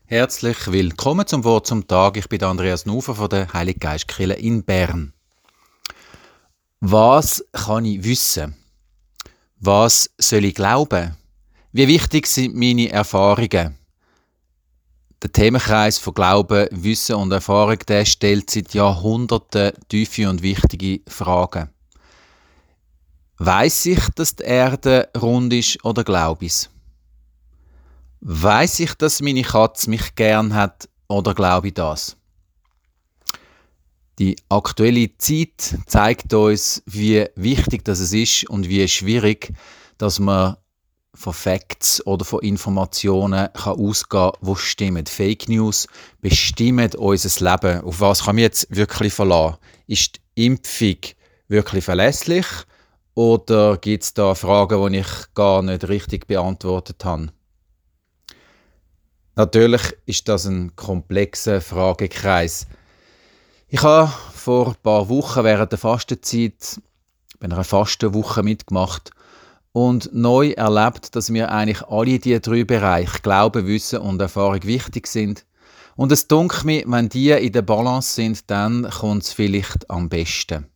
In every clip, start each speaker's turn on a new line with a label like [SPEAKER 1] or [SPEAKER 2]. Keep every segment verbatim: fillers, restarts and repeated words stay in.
[SPEAKER 1] Herzlich willkommen zum Wort zum Tag. Ich bin Andreas Nufer von der Heilige Geistkirche in Bern. Was kann ich wissen? Was soll ich glauben? Wie wichtig sind meine Erfahrungen? Der Themenkreis von Glauben, Wissen und Erfahrung, der stellt seit Jahrhunderten tiefe und wichtige Fragen. Weiss ich, dass die Erde rund ist, oder glaube ich es? Weiss ich, dass meine Katze mich gern hat, oder glaube ich das? Die aktuelle Zeit zeigt uns, wie wichtig das ist und wie schwierig, dass man von Facts oder von Informationen kann ausgehen kann, die stimmen. Fake News bestimmen unser Leben. Auf was kann man jetzt wirklich verlassen? Ist die Impfung wirklich verlässlich? Oder gibt es da Fragen, die ich gar nicht richtig beantwortet habe? Natürlich ist das ein komplexer Fragekreis. Ich habe vor ein paar Wochen während der Fastenzeit bei einer Fastenwoche mitgemacht und neu erlebt, dass mir eigentlich alle diese drei Bereiche Glauben, Wissen und Erfahrung wichtig sind. Und es dunkelt mir, wenn die in der Balance sind, dann kommt es vielleicht am besten.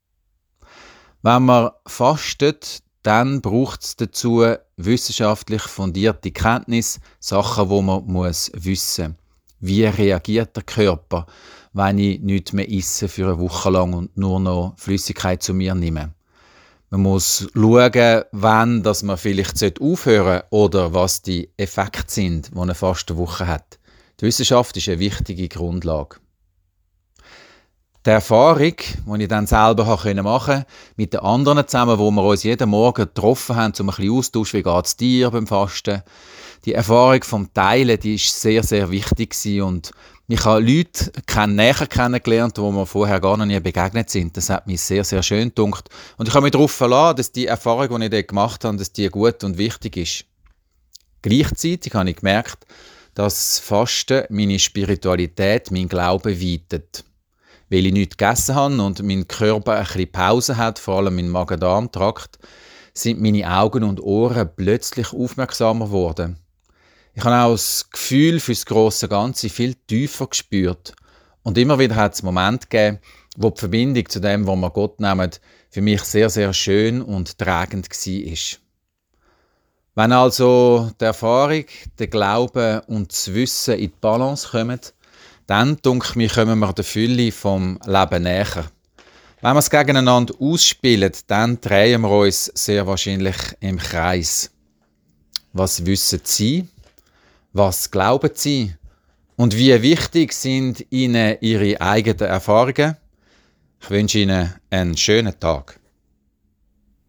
[SPEAKER 1] Wenn man fastet, dann braucht es dazu wissenschaftlich fundierte Kenntnis, Sachen, die man muss wissen muss. Wie reagiert der Körper, wenn ich nichts mehr esse für eine Woche lang und nur noch Flüssigkeit zu mir nehme? Man muss schauen, wann dass man vielleicht aufhören sollte oder was die Effekte sind, die eine Fastenwoche hat. Die Wissenschaft ist eine wichtige Grundlage. Die Erfahrung, die ich dann selber machen konnte, mit den anderen zusammen, wo wir uns jeden Morgen getroffen haben, um ein bisschen austauschen, wie geht es dir beim Fasten. Die Erfahrung vom Teilen, die ist sehr, sehr wichtig gewesen. Und ich habe Leute näher kennengelernt, die mir vorher gar noch nie begegnet sind. Das hat mich sehr, sehr schön gedacht. Und ich habe mich darauf verlassen, dass die Erfahrung, die ich dort gemacht habe, dass die gut und wichtig ist. Gleichzeitig habe ich gemerkt, dass Fasten meine Spiritualität, mein Glauben weitet. Weil ich nichts gegessen habe und mein Körper ein bisschen Pause hat, vor allem mein Magen-Darm-Trakt, sind meine Augen und Ohren plötzlich aufmerksamer geworden. Ich habe auch das Gefühl für das grosse Ganze viel tiefer gespürt. Und immer wieder hat es Momente gegeben, wo die Verbindung zu dem, was wir Gott nennen, für mich sehr, sehr schön und tragend war. Wenn also die Erfahrung, der Glaube und das Wissen in die Balance kommen, dann, denke ich, kommen wir der Fülle vom Leben näher. Wenn wir es gegeneinander ausspielen, dann drehen wir uns sehr wahrscheinlich im Kreis. Was wissen Sie? Was glauben Sie? Und wie wichtig sind Ihnen Ihre eigenen Erfahrungen? Ich wünsche Ihnen einen schönen Tag.